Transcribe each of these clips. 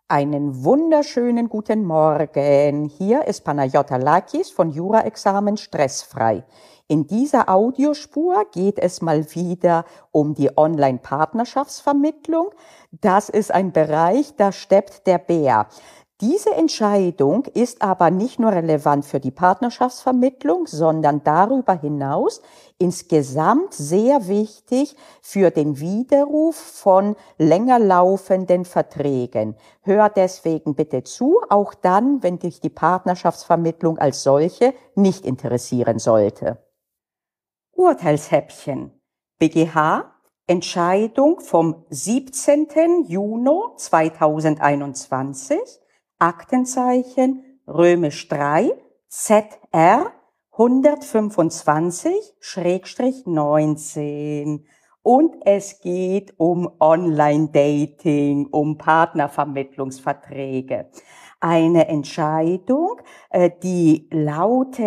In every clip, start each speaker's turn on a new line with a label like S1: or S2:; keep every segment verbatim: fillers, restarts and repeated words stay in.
S1: Einen wunderschönen guten Morgen. Hier ist Panayota Lakis von Jura-Examen stressfrei. In dieser Audiospur geht es mal wieder um die Online-Partnerschaftsvermittlung. Das ist ein Bereich, da steppt der Bär. Diese Entscheidung ist aber nicht nur relevant für die Partnerschaftsvermittlung, sondern darüber hinaus insgesamt sehr wichtig für den Widerruf von länger laufenden Verträgen. Hör deswegen bitte zu, auch dann, wenn dich die Partnerschaftsvermittlung als solche nicht interessieren sollte. Urteilshäppchen. B G H, Entscheidung vom siebzehnten Juni zweitausendeinundzwanzig, Aktenzeichen römisch drei Z R hundertfünfundzwanzig neunzehn. Und es geht um Online-Dating, um Partnervermittlungsverträge. Eine Entscheidung, die laut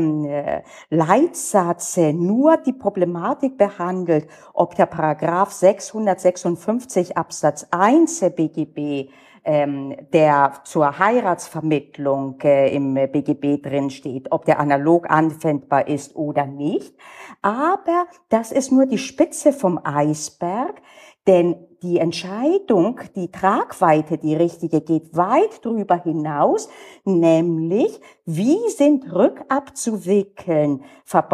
S1: äh, Leitsatz nur die Problematik behandelt, ob der Paragraph sechshundertsechsundfünfzig Absatz eins B G B, ähm, der zur Heiratsvermittlung äh, im B G B drin steht, ob der analog anwendbar ist oder nicht. Aber das ist nur die Spitze vom Eisberg. Denn die Entscheidung, die Tragweite, die richtige, geht weit drüber hinaus, nämlich wie sind rückabzuwickeln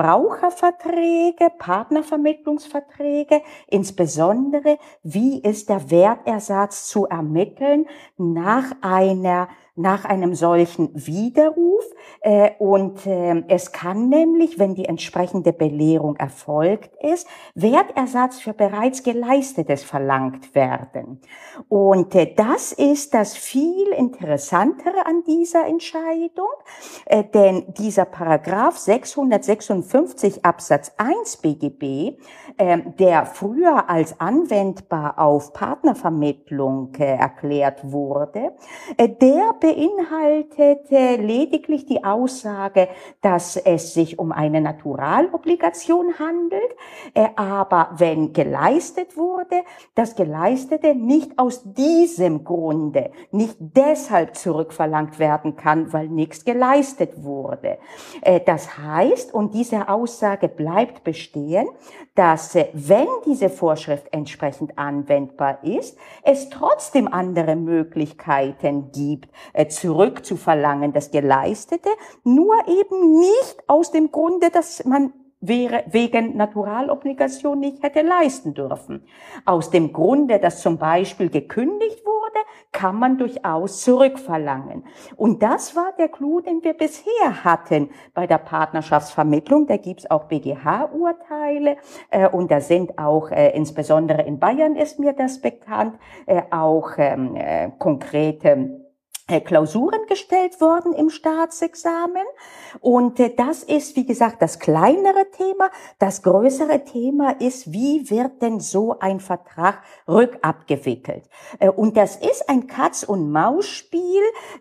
S1: Verbraucherverträge, Partnervermittlungsverträge, insbesondere wie ist der Wertersatz zu ermitteln nach einer nach einem solchen Widerruf. Äh, und äh, es kann nämlich, wenn die entsprechende Belehrung erfolgt ist, Wertersatz für bereits Geleistetes verlangt werden. Und äh, das ist das viel Interessantere an dieser Entscheidung, äh, denn dieser Paragraph sechshundertsechsundfünfzig Absatz eins B G B, äh, der früher als anwendbar auf Partnervermittlung äh, erklärt wurde, äh, der beinhaltet äh, lediglich die Aussage, dass es sich um eine Naturalobligation handelt, äh, aber wenn geleistet wurde, das Geleistete nicht aus diesem Grunde, nicht deshalb zurückverlangt werden kann, weil nichts geleistet wurde. Äh, das heißt, und diese Aussage bleibt bestehen, dass äh, wenn diese Vorschrift entsprechend anwendbar ist, es trotzdem andere Möglichkeiten gibt, zurückzuverlangen, das Geleistete, nur eben nicht aus dem Grunde, dass man wäre wegen Naturalobligation nicht hätte leisten dürfen. Aus dem Grunde, dass zum Beispiel gekündigt wurde, kann man durchaus zurückverlangen. Und das war der Clou, den wir bisher hatten bei der Partnerschaftsvermittlung. Da gibt's auch B G H-Urteile äh, und da sind auch, äh, insbesondere in Bayern ist mir das bekannt, äh, auch ähm, äh, konkrete Klausuren gestellt worden im Staatsexamen. Und das ist, wie gesagt, das kleinere Thema. Das größere Thema ist, wie wird denn so ein Vertrag rückabgewickelt? Und das ist ein Katz-und-Maus-Spiel.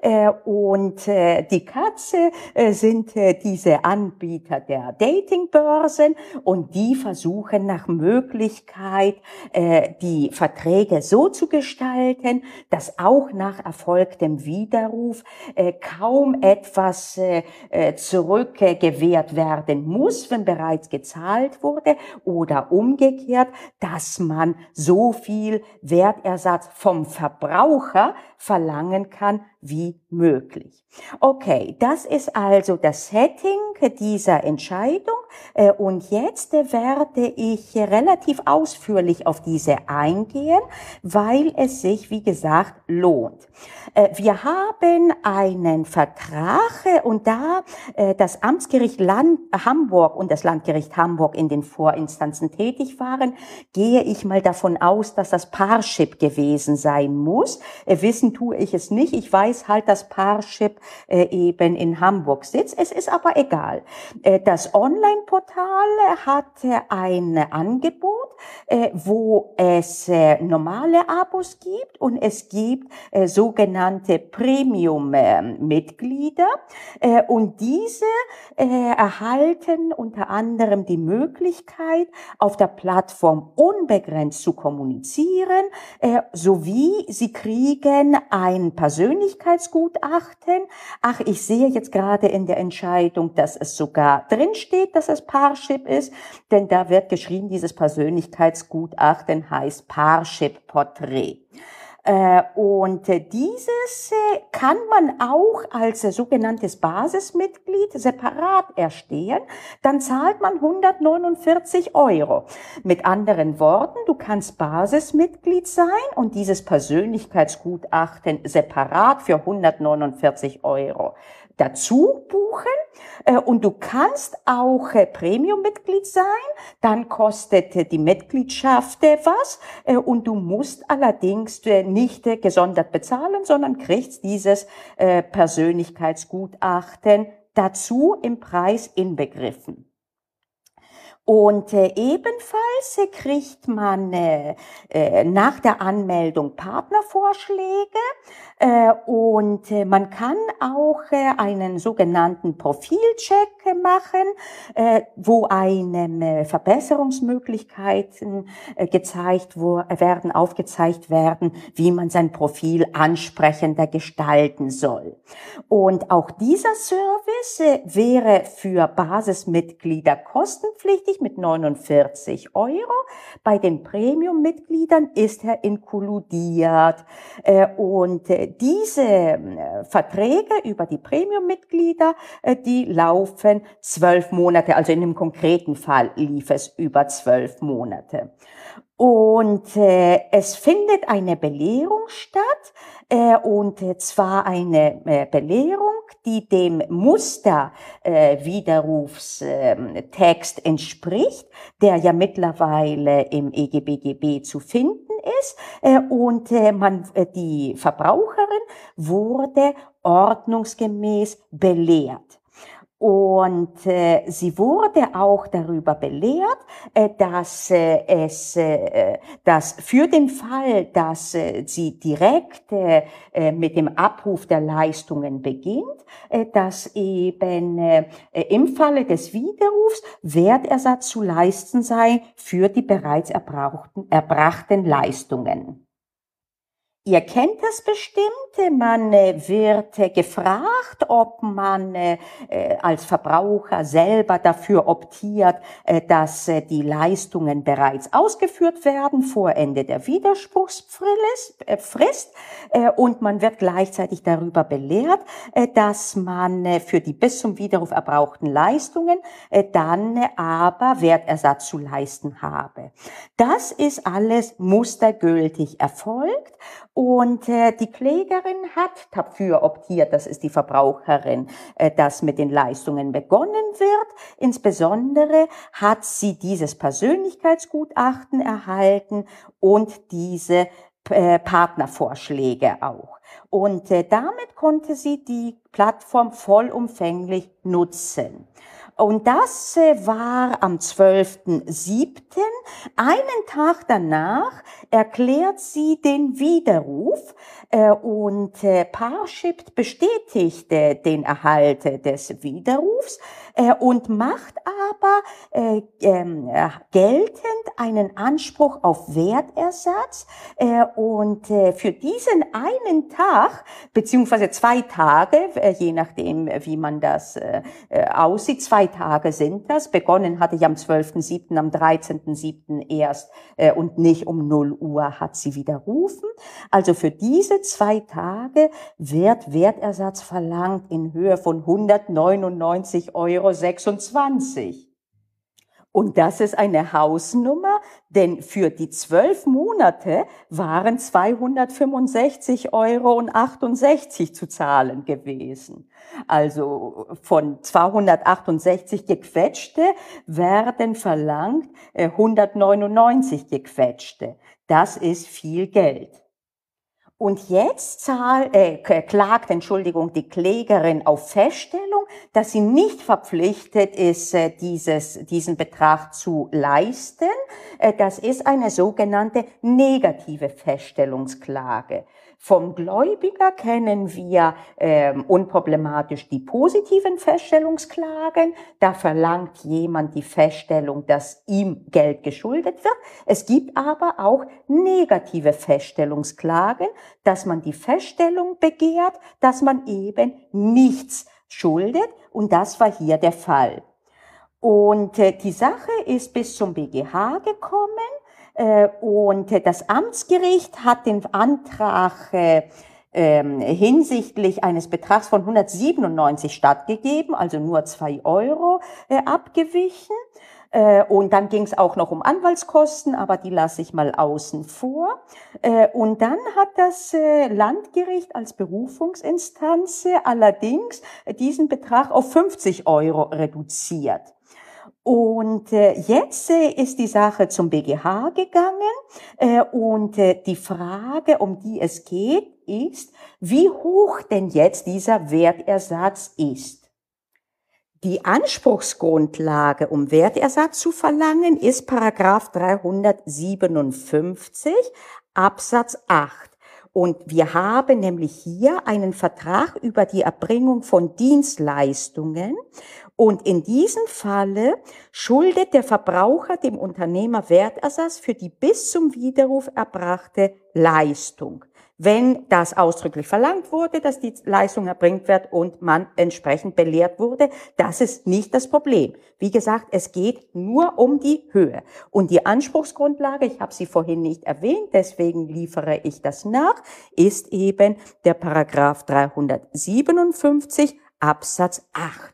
S1: Und die Katze sind diese Anbieter der Datingbörsen und die versuchen nach Möglichkeit, die Verträge so zu gestalten, dass auch nach erfolgtem Widerruf äh, kaum etwas äh, zurückgewährt äh, werden muss, wenn bereits gezahlt wurde, oder umgekehrt, dass man so viel Wertersatz vom Verbraucher verlangen kann wie möglich. Okay, das ist also das Setting dieser Entscheidung äh, und jetzt äh, werde ich äh, relativ ausführlich auf diese eingehen, weil es sich, wie gesagt, lohnt. Äh, wir haben einen Vertrag äh, und da äh, das Amtsgericht Land Hamburg und das Landgericht Hamburg in den Vorinstanzen tätig waren, gehe ich mal davon aus, dass das Parship gewesen sein muss. Äh, wissen tue ich es nicht. Ich weiß halt, dass Parship äh, eben in Hamburg sitzt. Es ist aber egal. Äh, das Online Online-Portal hat äh, ein Angebot, äh, wo es äh, normale Abos gibt und es gibt äh, sogenannte Premium-Mitglieder äh, und diese äh, erhalten unter anderem die Möglichkeit, auf der Plattform unbegrenzt zu kommunizieren, äh, sowie sie kriegen ein Persönlichkeitsgutachten. Ach, ich sehe jetzt gerade in der Entscheidung, dass es sogar drinsteht, dass es Parship ist, denn da wird geschrieben, dieses Persönlichkeitsgutachten heißt Parship Porträt. Äh, und äh, dieses äh, kann man auch als äh, sogenanntes Basismitglied separat erstehen. Dann zahlt man hundertneunundvierzig Euro. Mit anderen Worten, du kannst Basismitglied sein und dieses Persönlichkeitsgutachten separat für hundertneunundvierzig Euro dazu buchen, äh, und du kannst auch äh, Premium-Mitglied sein, dann kostet äh, die Mitgliedschaft äh, was äh, und du musst allerdings äh, nicht äh, gesondert bezahlen, sondern kriegst dieses äh, Persönlichkeitsgutachten dazu im Preis inbegriffen. Und äh, ebenfalls äh, kriegt man äh, äh, nach der Anmeldung Partnervorschläge äh, und äh, man kann auch äh, einen sogenannten Profilcheck äh, machen, äh, wo einem äh, Verbesserungsmöglichkeiten äh, gezeigt wo, werden, aufgezeigt werden, wie man sein Profil ansprechender gestalten soll. Und auch dieser Service äh, wäre für Basismitglieder kostenpflichtig mit neunundvierzig Euro. Bei den Premium-Mitgliedern ist er inkludiert. Und diese Verträge über die Premium-Mitglieder, die laufen zwölf Monate. Also in dem konkreten Fall lief es über zwölf Monate. Und äh, es findet eine Belehrung statt, äh, und äh, zwar eine äh, Belehrung, die dem Muster äh, Widerrufstext äh, entspricht, der ja mittlerweile im E G B G B zu finden ist, äh, und äh, man äh, die Verbraucherin wurde ordnungsgemäß belehrt. Und äh, sie wurde auch darüber belehrt, äh, dass äh, es, äh, dass für den Fall, dass äh, sie direkt äh, mit dem Abruf der Leistungen beginnt, äh, dass eben äh, im Falle des Widerrufs Wertersatz zu leisten sei für die bereits erbrachten, erbrachten Leistungen. Ihr kennt das bestimmt, man wird gefragt, ob man als Verbraucher selber dafür optiert, dass die Leistungen bereits ausgeführt werden vor Ende der Widerspruchsfrist, und man wird gleichzeitig darüber belehrt, dass man für die bis zum Widerruf erbrauchten Leistungen dann aber Wertersatz zu leisten habe. Das ist alles mustergültig erfolgt. Und äh, die Klägerin hat dafür optiert, das ist die Verbraucherin, äh, dass mit den Leistungen begonnen wird. Insbesondere hat sie dieses Persönlichkeitsgutachten erhalten und diese äh, Partnervorschläge auch. Und äh, damit konnte sie die Plattform vollumfänglich nutzen. Und das äh, war am zwölften siebten Einen Tag danach erklärt sie den Widerruf äh, und äh, Parship bestätigte den Erhalt des Widerrufs äh, und macht aber äh, äh, geltend einen Anspruch auf Wertersatz, äh, und äh, für diesen einen Tag beziehungsweise zwei Tage, äh, je nachdem wie man das äh, aussieht, zwei Tage sind das. Begonnen hatte ich am zwölften siebten am dreizehnten siebten erst äh, und nicht um null Uhr hat sie widerrufen. Also für diese zwei Tage wird Wertersatz verlangt in Höhe von hundertneunundneunzig Euro sechsundzwanzig. Und das ist eine Hausnummer, denn für die zwölf Monate waren zweihundertfünfundsechzig Euro achtundsechzig zu zahlen gewesen. Also von zweihundertachtundsechzig gequetschte werden verlangt äh, hundertneunundneunzig gequetschte. Das ist viel Geld. Und jetzt zahl, äh, klagt, Entschuldigung, die Klägerin auf Feststellung, dass sie nicht verpflichtet ist, äh, dieses, diesen Betrag zu leisten. Äh, das ist eine sogenannte negative Feststellungsklage. Vom Gläubiger kennen wir ähm, unproblematisch die positiven Feststellungsklagen. Da verlangt jemand die Feststellung, dass ihm Geld geschuldet wird. Es gibt aber auch negative Feststellungsklagen, dass man die Feststellung begehrt, dass man eben nichts schuldet. Und das war hier der Fall. Und äh, die Sache ist bis zum B G H gekommen. Und das Amtsgericht hat den Antrag äh, äh, hinsichtlich eines Betrags von hundertsiebenundneunzig stattgegeben, also nur zwei Euro äh, abgewichen. Äh, und dann ging es auch noch um Anwaltskosten, aber die lasse ich mal außen vor. Äh, und dann hat das äh, Landgericht als Berufungsinstanz äh, allerdings diesen Betrag auf fünfzig Euro reduziert. Und äh, jetzt äh, ist die Sache zum B G H gegangen äh, und äh, die Frage, um die es geht, ist, wie hoch denn jetzt dieser Wertersatz ist. Die Anspruchsgrundlage, um Wertersatz zu verlangen, ist Paragraph dreihundertsiebenundfünfzig Absatz acht. Und wir haben nämlich hier einen Vertrag über die Erbringung von Dienstleistungen. Und in diesem Falle schuldet der Verbraucher dem Unternehmer Wertersatz für die bis zum Widerruf erbrachte Leistung, wenn das ausdrücklich verlangt wurde, dass die Leistung erbringt wird und man entsprechend belehrt wurde. Das ist nicht das Problem. Wie gesagt, es geht nur um die Höhe. Und die Anspruchsgrundlage, ich habe sie vorhin nicht erwähnt, deswegen liefere ich das nach, ist eben der Paragraph dreihundertsiebenundfünfzig Absatz acht.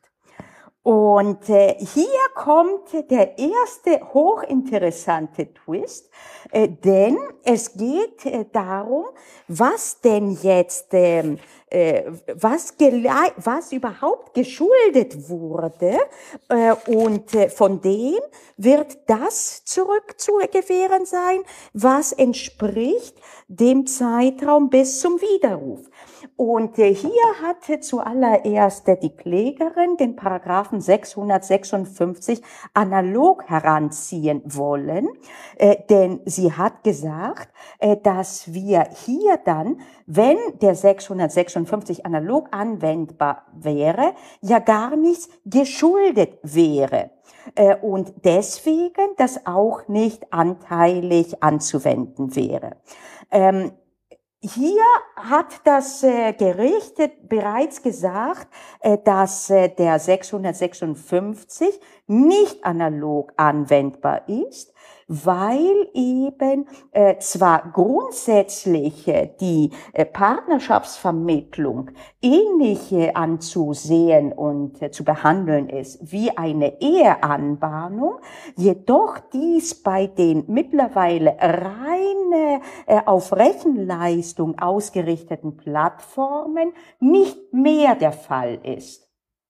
S1: Und äh, hier kommt der erste hochinteressante Twist, äh, denn es geht äh, darum, was denn jetzt, äh, äh, was, was überhaupt geschuldet wurde, äh, und äh, von dem wird das zurückzugewähren sein, was entspricht dem Zeitraum bis zum Widerruf. Und äh, hier hatte zuallererst äh, die Klägerin den Paragraphen sechshundertsechsundfünfzig analog heranziehen wollen, äh, denn sie hat gesagt, äh, dass wir hier dann, wenn der sechshundertsechsundfünfzig analog anwendbar wäre, ja gar nichts geschuldet wäre. Äh, und deswegen das auch nicht anteilig anzuwenden wäre. Ähm, Hier hat das äh, Gericht bereits gesagt, äh, dass äh, der sechshundertsechsundfünfzig nicht analog anwendbar ist, weil eben äh, zwar grundsätzlich äh, die äh, Partnerschaftsvermittlung ähnlich äh, anzusehen und äh, zu behandeln ist wie eine Eheanbahnung, jedoch dies bei den mittlerweile rein äh, auf Rechenleistung ausgerichteten Plattformen nicht mehr der Fall ist.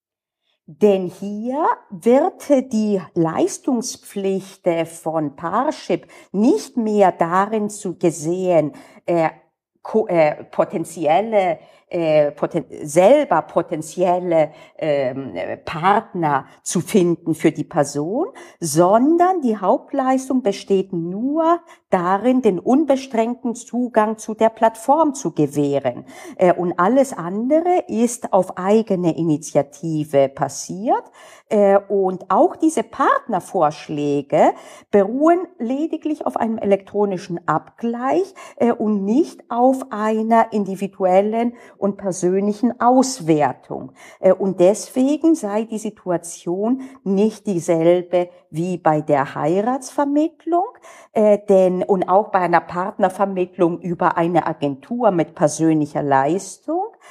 S1: Denn hier wird die Leistungspflicht von Parship nicht mehr darin zu gesehen, äh, äh, potenzielle äh, poten selber potenzielle ähm, Partner zu finden für die Person, sondern die Hauptleistung besteht nur darin, den unbeschränkten Zugang zu der Plattform zu gewähren. Äh, und alles andere ist auf eigene Initiative passiert. Äh, und auch diese Partnervorschläge beruhen lediglich auf einem elektronischen Abgleich äh, und nicht auf einer individuellen und persönlichen Auswertung. Äh, und deswegen sei die Situation nicht dieselbe wie bei der Heiratsvermittlung, äh, denn und auch bei einer Partnervermittlung über eine Agentur mit persönlicher Leistung.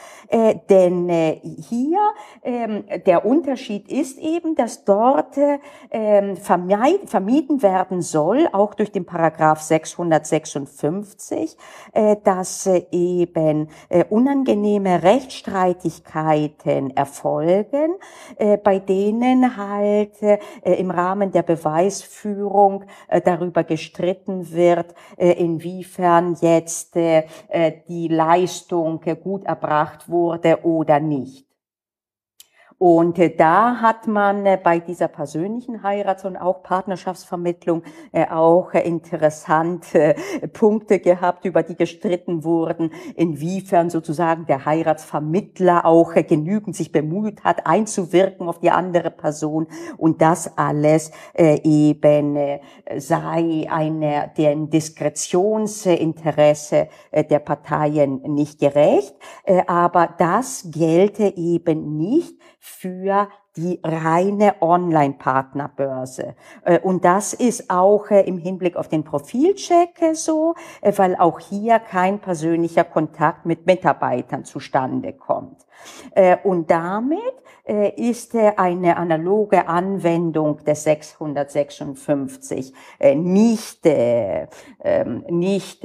S1: Äh, denn äh, hier ähm, der Unterschied ist eben, dass dort äh, vermeid, vermieden werden soll, auch durch den Paragraph sechshundertsechsundfünfzig, äh, dass äh, eben äh, unangenehme Rechtsstreitigkeiten erfolgen, äh, bei denen halt äh, im Rahmen der Beweisführung äh, darüber gestritten wird, äh, inwiefern jetzt äh, die Leistung äh, gut erbracht wurde oder nicht. Und äh, da hat man äh, bei dieser persönlichen Heirats- und auch Partnerschaftsvermittlung äh, auch äh, interessante äh, Punkte gehabt, über die gestritten wurden, inwiefern sozusagen der Heiratsvermittler auch äh, genügend sich bemüht hat, einzuwirken auf die andere Person, und das alles äh, eben äh, sei eine, dem Diskretionsinteresse äh, der Parteien nicht gerecht, äh, aber das gelte eben nicht für die reine Online-Partnerbörse. Und das ist auch im Hinblick auf den Profilcheck so, weil auch hier kein persönlicher Kontakt mit Mitarbeitern zustande kommt. Und damit ist eine analoge Anwendung des sechshundertsechsundfünfzig nicht, nicht,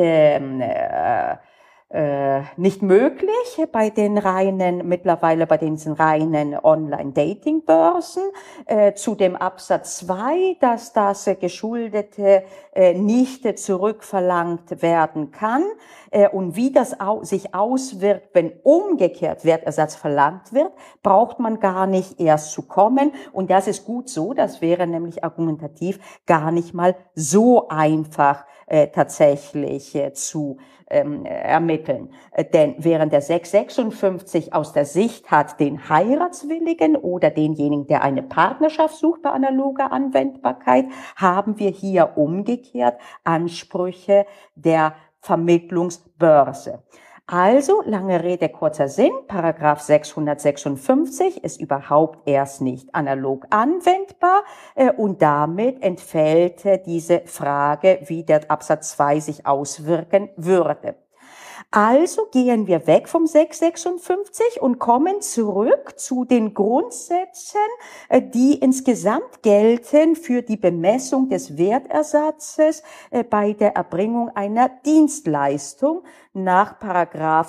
S1: Äh, nicht möglich bei den reinen, mittlerweile bei den reinen Online-Dating-Börsen. Äh, zu dem Absatz zwei, dass das äh, Geschuldete äh, nicht äh, zurückverlangt werden kann, äh, und wie das au sich auswirkt, wenn umgekehrt Wertersatz verlangt wird, braucht man gar nicht erst zu kommen, und das ist gut so, das wäre nämlich argumentativ gar nicht mal so einfach äh, tatsächlich äh, zu ähm, ermitteln. Äh, denn während der sechshundertsechsundfünfzig aus der Sicht hat den Heiratswilligen oder denjenigen, der eine Partnerschaft sucht bei analoger Anwendbarkeit, haben wir hier umgekehrt Ansprüche der Vermittlungsbörse. Also, lange Rede, kurzer Sinn, Paragraph sechshundertsechsundfünfzig ist überhaupt erst nicht analog anwendbar, äh, und damit entfällt äh, diese Frage, wie der Absatz zwei sich auswirken würde. Also gehen wir weg vom sechshundertsechsundfünfzig und kommen zurück zu den Grundsätzen, die insgesamt gelten für die Bemessung des Wertersatzes bei der Erbringung einer Dienstleistung nach Paragraph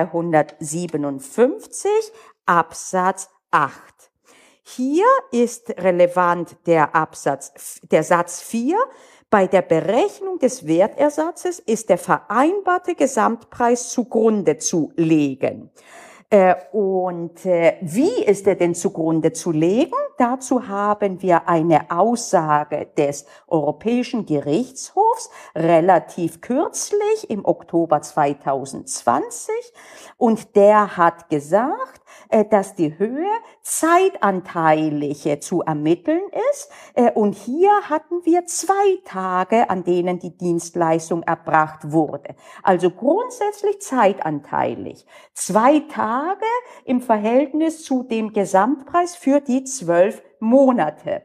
S1: dreihundertsiebenundfünfzig Absatz acht. Hier ist relevant der Absatz, der Satz vier. Bei der Berechnung des Wertersatzes ist der vereinbarte Gesamtpreis zugrunde zu legen. Äh, und äh, wie ist er denn zugrunde zu legen? Dazu haben wir eine Aussage des Europäischen Gerichtshofs relativ kürzlich im Oktober zweitausendzwanzig, und der hat gesagt, dass die Höhe zeitanteilig zu ermitteln ist. Und hier hatten wir zwei Tage, an denen die Dienstleistung erbracht wurde. Also grundsätzlich zeitanteilig. Zwei Tage im Verhältnis zu dem Gesamtpreis für die zwölf Monate.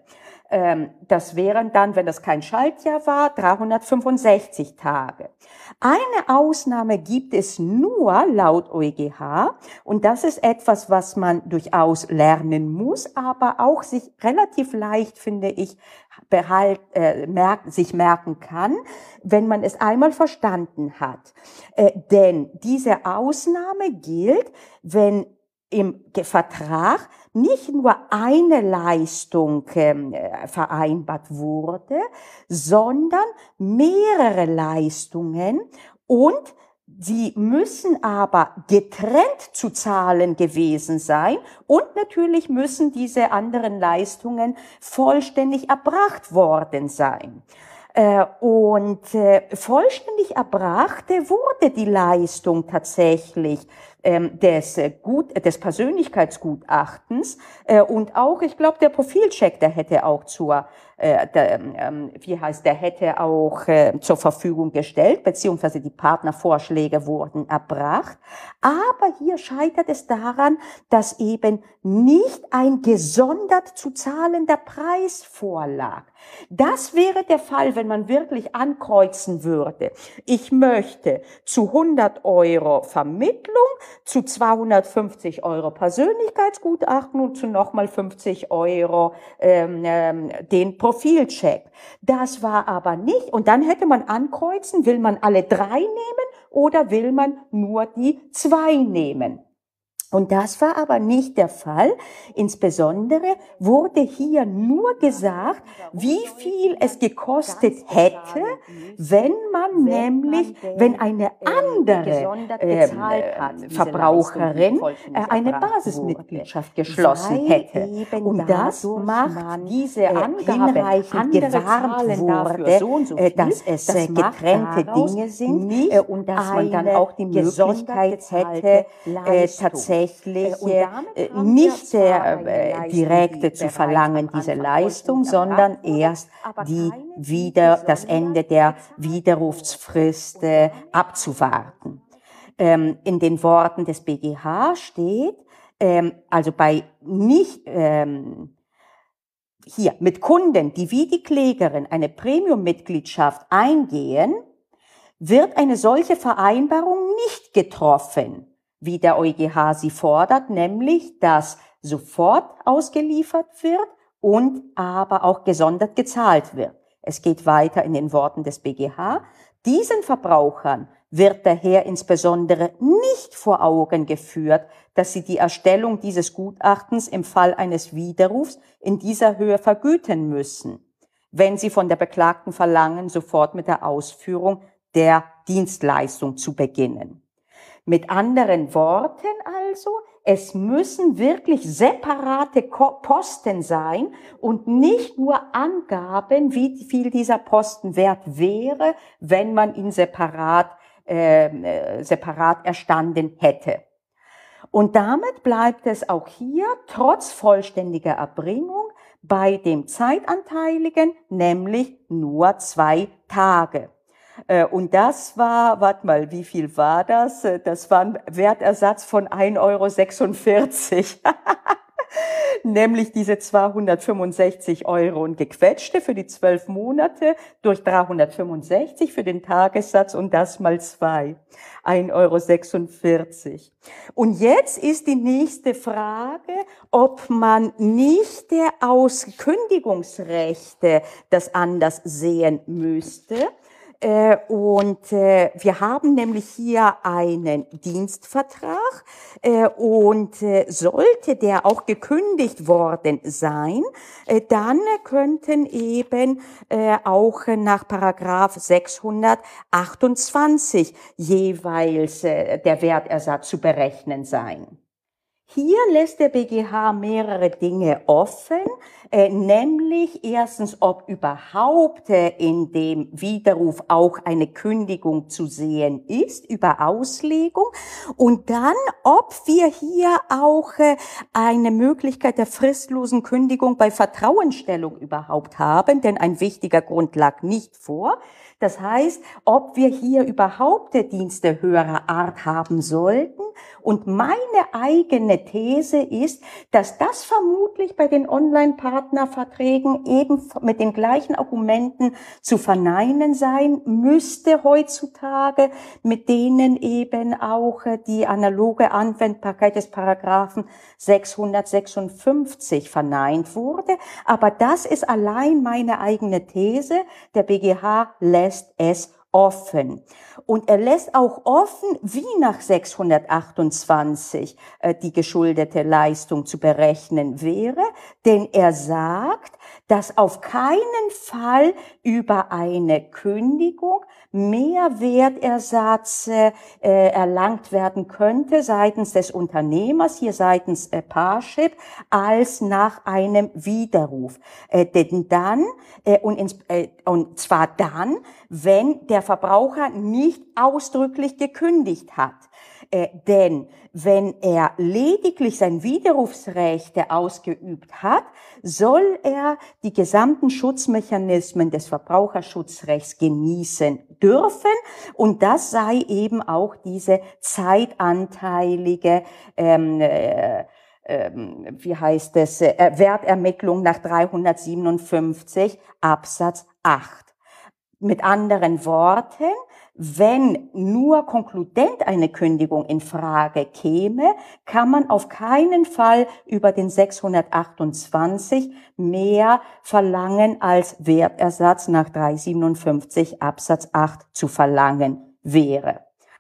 S1: Das wären dann, wenn das kein Schaltjahr war, dreihundertfünfundsechzig Tage. Eine Ausnahme gibt es nur laut EuGH, und das ist etwas, was man durchaus lernen muss, aber auch sich relativ leicht, finde ich, behalt, äh, merk, sich merken kann, wenn man es einmal verstanden hat. Äh, denn diese Ausnahme gilt, wenn im Vertrag nicht nur eine Leistung äh, vereinbart wurde, sondern mehrere Leistungen, und sie müssen aber getrennt zu zahlen gewesen sein, und natürlich müssen diese anderen Leistungen vollständig erbracht worden sein. Äh, und äh, vollständig erbrachte wurde die Leistung tatsächlich ähm, des, äh, Gut, des Persönlichkeitsgutachtens, äh, und auch, ich glaube, der Profilcheck, der hätte auch zur, äh, der, ähm, wie heißt, der hätte auch äh, zur Verfügung gestellt, beziehungsweise die Partnervorschläge wurden erbracht. Aber hier scheitert es daran, dass eben nicht ein gesondert zu zahlender Preis vorlag. Das wäre der Fall, wenn wenn man wirklich ankreuzen würde, ich möchte zu hundert Euro Vermittlung, zu zweihundertfünfzig Euro Persönlichkeitsgutachten und zu nochmal fünfzig Euro ähm, ähm, den Profilcheck. Das war aber nicht. Und dann hätte man ankreuzen, will man alle drei nehmen oder will man nur die zwei nehmen. Und das war aber nicht der Fall. Insbesondere wurde hier nur gesagt, wie viel es gekostet hätte, wenn man nämlich, wenn eine andere äh, Verbraucherin äh, eine Basismitgliedschaft geschlossen hätte. Und das macht diese Angabe hinreichend gewarnt wurde, äh, dass es äh, getrennte Dinge sind äh, und dass man dann auch die Möglichkeit hätte, äh, tatsächlich äh, nicht äh, direkte zu verlangen, diese Leistung, sondern erst die wieder, das Ende der Widerrufsfrist äh, abzuwarten. Ähm, in den Worten des B G H steht, ähm, also bei nicht, ähm, hier, mit Kunden, die wie die Klägerin eine Premium-Mitgliedschaft eingehen, wird eine solche Vereinbarung nicht getroffen, wie der EuGH sie fordert, nämlich, dass sofort ausgeliefert wird und aber auch gesondert gezahlt wird. Es geht weiter in den Worten des B G H. Diesen Verbrauchern wird daher insbesondere nicht vor Augen geführt, dass sie die Erstellung dieses Gutachtens im Fall eines Widerrufs in dieser Höhe vergüten müssen, wenn sie von der Beklagten verlangen, sofort mit der Ausführung der Dienstleistung zu beginnen. Mit anderen Worten also, es müssen wirklich separate Posten sein und nicht nur Angaben, wie viel dieser Posten wert wäre, wenn man ihn separat, äh, separat erstanden hätte. Und damit bleibt es auch hier, trotz vollständiger Erbringung, bei dem Zeitanteiligen, nämlich nur zwei Tage. Und das war, warte mal, wie viel war das? Das war ein Wertersatz von ein Euro sechsundvierzig. Nämlich diese zweihundertfünfundsechzig Euro und gequetschte für die zwölf Monate durch dreihundertfünfundsechzig für den Tagessatz und das mal zwei. ein Euro sechsundvierzig. Und jetzt ist die nächste Frage, ob man nicht der Auskündigungsrechte das anders sehen müsste. Und wir haben nämlich hier einen Dienstvertrag und sollte der auch gekündigt worden sein, dann könnten eben auch nach Paragraph sechshundertachtundzwanzig jeweils der Wertersatz zu berechnen sein. Hier lässt der B G H mehrere Dinge offen, äh, nämlich erstens, ob überhaupt äh, in dem Widerruf auch eine Kündigung zu sehen ist, über Auslegung, und dann, ob wir hier auch äh, eine Möglichkeit der fristlosen Kündigung bei Vertrauensstellung überhaupt haben, denn ein wichtiger Grund lag nicht vor. Das heißt, ob wir hier überhaupt Dienste höherer Art haben sollten. Und meine eigene These ist, dass das vermutlich bei den Online-Partnerverträgen eben mit den gleichen Argumenten zu verneinen sein müsste heutzutage, mit denen eben auch die analoge Anwendbarkeit des Paragraphen sechshundertsechsundfünfzig verneint wurde. Aber das ist allein meine eigene These. Der B G H lässt es offen. Und er lässt auch offen, wie nach sechshundertachtundzwanzig äh, die geschuldete Leistung zu berechnen wäre, denn er sagt, dass auf keinen Fall über eine Kündigung mehr Wertersatz äh, erlangt werden könnte seitens des Unternehmers, hier seitens äh, Parship, als nach einem Widerruf. Äh, denn dann, äh, und, ins, äh, und zwar dann, wenn der Verbraucher nicht ausdrücklich gekündigt hat. Äh, denn wenn er lediglich sein Widerrufsrechte ausgeübt hat, soll er die gesamten Schutzmechanismen des Verbraucherschutzrechts genießen dürfen. Und das sei eben auch diese zeitanteilige, ähm, äh, ähm, wie heißt es, äh, Wertermittlung nach dreihundertsiebenundfünfzig Absatz acht. Mit anderen Worten, wenn nur konkludent eine Kündigung in Frage käme, kann man auf keinen Fall über den sechshundertachtundzwanzig mehr verlangen, als Wertersatz nach dreihundertsiebenundfünfzig Absatz acht zu verlangen wäre.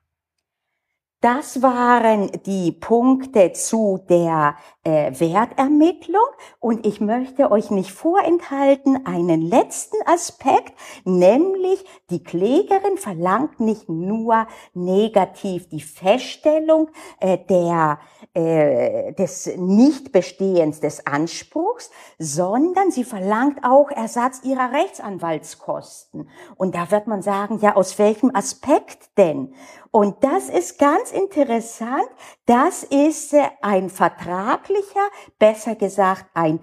S1: Das waren die Punkte zu der äh, Wertermittlung, und ich möchte euch nicht vorenthalten einen letzten Aspekt, nämlich die Klägerin verlangt nicht nur negativ die Feststellung äh, der äh, des Nichtbestehens des Anspruchs, sondern sie verlangt auch Ersatz ihrer Rechtsanwaltskosten. Und da wird man sagen, ja, aus welchem Aspekt denn? Und das ist ganz interessant. Das ist ein vertraglicher, besser gesagt ein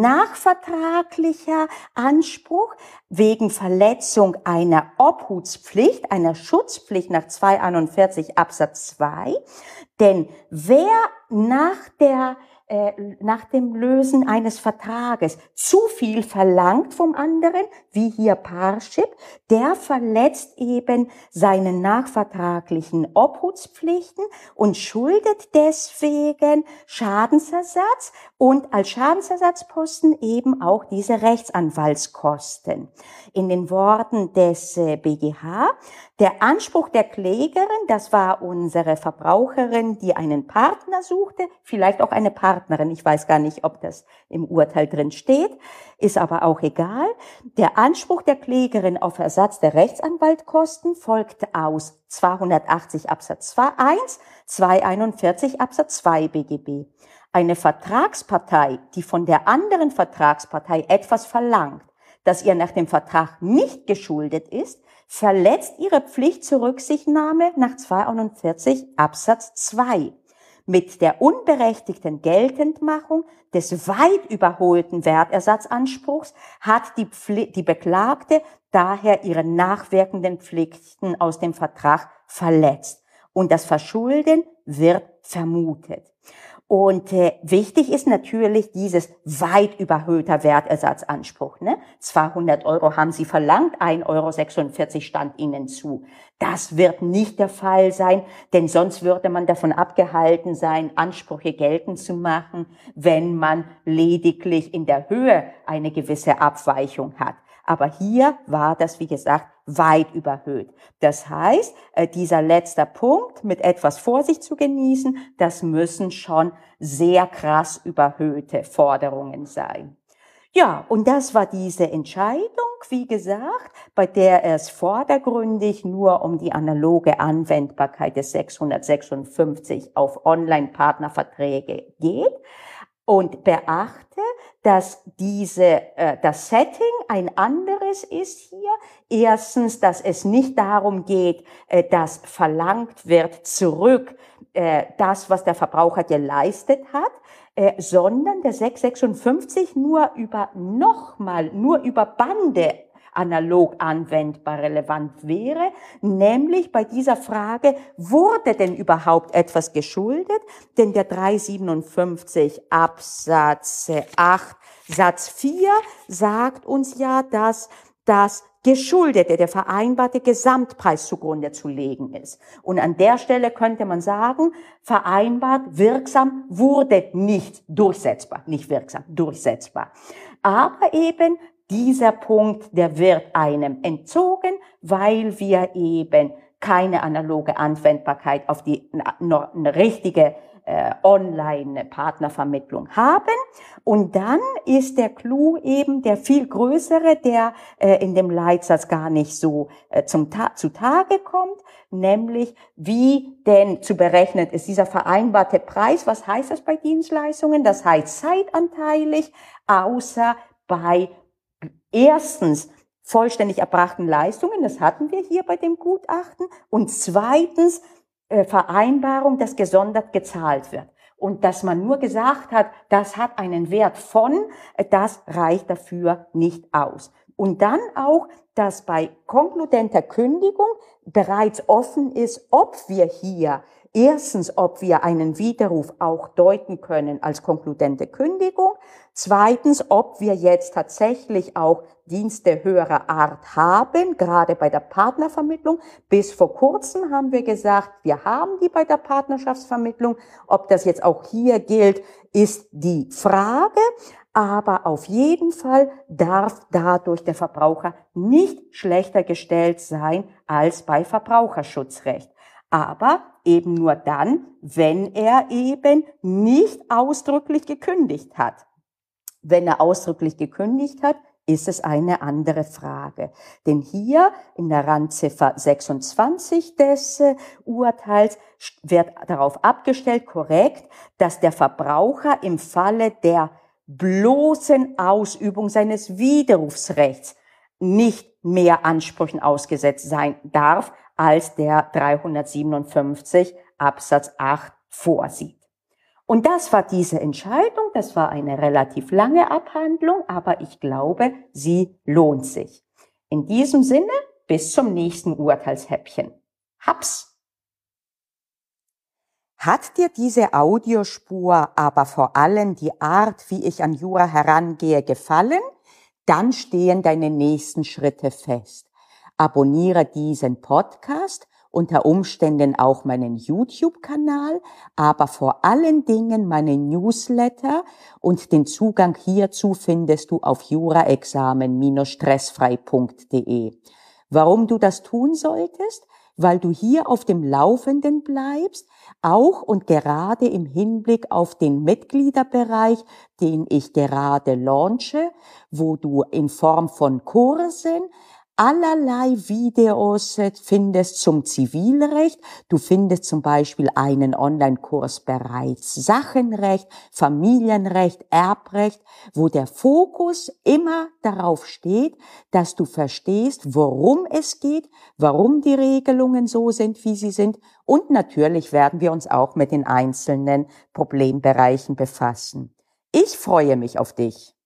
S1: nachvertraglicher Anspruch wegen Verletzung einer Obhutspflicht, einer Schutzpflicht nach zweihunderteinundvierzig Absatz zwei. Denn wer nach der nach dem Lösen eines Vertrages zu viel verlangt vom anderen, wie hier Parship, der verletzt eben seine nachvertraglichen Obhutspflichten und schuldet deswegen Schadensersatz und als Schadensersatzposten eben auch diese Rechtsanwaltskosten. In den Worten des B G H, der Anspruch der Klägerin, das war unsere Verbraucherin, die einen Partner suchte, vielleicht auch eine Partnerin, ich weiß gar nicht, ob das im Urteil drin steht, ist aber auch egal. Der Anspruch der Klägerin auf Ersatz der Rechtsanwaltskosten folgt aus zweihundertachtzig Absatz eins, zweihunderteinundvierzig Absatz zwei B G B. Eine Vertragspartei, die von der anderen Vertragspartei etwas verlangt, das ihr nach dem Vertrag nicht geschuldet ist, verletzt ihre Pflicht zur Rücksichtnahme nach zweihunderteinundvierzig Absatz zwei. Mit der unberechtigten Geltendmachung des weit überholten Wertersatzanspruchs hat die, Pfli- die Beklagte daher ihre nachwirkenden Pflichten aus dem Vertrag verletzt. Und das Verschulden wird vermutet. Und äh, wichtig ist natürlich dieses weit überhöhter Wertersatzanspruch. Ne? zweihundert Euro haben Sie verlangt, ein Euro sechsundvierzig stand Ihnen zu. Das wird nicht der Fall sein, denn sonst würde man davon abgehalten sein, Ansprüche geltend zu machen, wenn man lediglich in der Höhe eine gewisse Abweichung hat. Aber hier war das, wie gesagt, weit überhöht. Das heißt, dieser letzte Punkt mit etwas Vorsicht zu genießen, das müssen schon sehr krass überhöhte Forderungen sein. Ja, und das war diese Entscheidung, wie gesagt, bei der es vordergründig nur um die analoge Anwendbarkeit des sechshundertsechsundfünfzig auf Online-Partnerverträge geht. Und beachte, dass diese, äh, das Setting ein anderes ist hier. Erstens, dass es nicht darum geht, äh, dass verlangt wird zurück, äh, das, was der Verbraucher geleistet hat, äh, sondern der sechshundertsechsundfünfzig nur über nochmal, nur über Bande analog anwendbar relevant wäre, nämlich bei dieser Frage, wurde denn überhaupt etwas geschuldet? Denn der dreihundertsiebenundfünfzig Absatz acht Satz vier sagt uns ja, dass das Geschuldete, der vereinbarte Gesamtpreis zugrunde zu legen ist. Und an der Stelle könnte man sagen, vereinbart, wirksam, wurde nicht durchsetzbar, nicht wirksam, durchsetzbar. Aber eben dieser Punkt, der wird einem entzogen, weil wir eben keine analoge Anwendbarkeit auf die eine richtige äh, Online-Partnervermittlung haben. Und dann ist der Clou eben der viel größere, der äh, in dem Leitsatz gar nicht so äh, zum Ta- zutage kommt, nämlich wie denn zu berechnen ist dieser vereinbarte Preis. Was heißt das bei Dienstleistungen? Das heißt zeitanteilig, außer bei erstens vollständig erbrachten Leistungen, das hatten wir hier bei dem Gutachten, und zweitens äh, Vereinbarung, dass gesondert gezahlt wird. Und dass man nur gesagt hat, das hat einen Wert von, äh, das reicht dafür nicht aus. Und dann auch, dass bei konkludenter Kündigung bereits offen ist, ob wir hier Erstens, ob wir einen Widerruf auch deuten können als konkludente Kündigung. Zweitens, ob wir jetzt tatsächlich auch Dienste höherer Art haben, gerade bei der Partnervermittlung. Bis vor kurzem haben wir gesagt, wir haben die bei der Partnerschaftsvermittlung. Ob das jetzt auch hier gilt, ist die Frage. Aber auf jeden Fall darf dadurch der Verbraucher nicht schlechter gestellt sein als bei Verbraucherschutzrecht. Aber eben nur dann, wenn er eben nicht ausdrücklich gekündigt hat. Wenn er ausdrücklich gekündigt hat, ist es eine andere Frage. Denn hier in der Randziffer sechsundzwanzig des äh, Urteils wird darauf abgestellt, korrekt, dass der Verbraucher im Falle der bloßen Ausübung seines Widerrufsrechts nicht mehr Ansprüchen ausgesetzt sein darf, als der dreihundertsiebenundfünfzig Absatz acht vorsieht. Und das war diese Entscheidung, das war eine relativ lange Abhandlung, aber ich glaube, sie lohnt sich. In diesem Sinne, bis zum nächsten Urteilshäppchen. Hab's! Hat dir diese Audiospur, aber vor allem die Art, wie ich an Jura herangehe, gefallen? Dann stehen deine nächsten Schritte fest. Abonniere diesen Podcast, unter Umständen auch meinen YouTube-Kanal, aber vor allen Dingen meinen Newsletter, und den Zugang hierzu findest du auf juraexamen Bindestrich stressfrei Punkt de. Warum du das tun solltest? Weil du hier auf dem Laufenden bleibst, auch und gerade im Hinblick auf den Mitgliederbereich, den ich gerade launche, wo du in Form von Kursen allerlei Videos findest zum Zivilrecht. Du findest zum Beispiel einen Online-Kurs bereits Sachenrecht, Familienrecht, Erbrecht, wo der Fokus immer darauf steht, dass du verstehst, worum es geht, warum die Regelungen so sind, wie sie sind. Und natürlich werden wir uns auch mit den einzelnen Problembereichen befassen. Ich freue mich auf dich.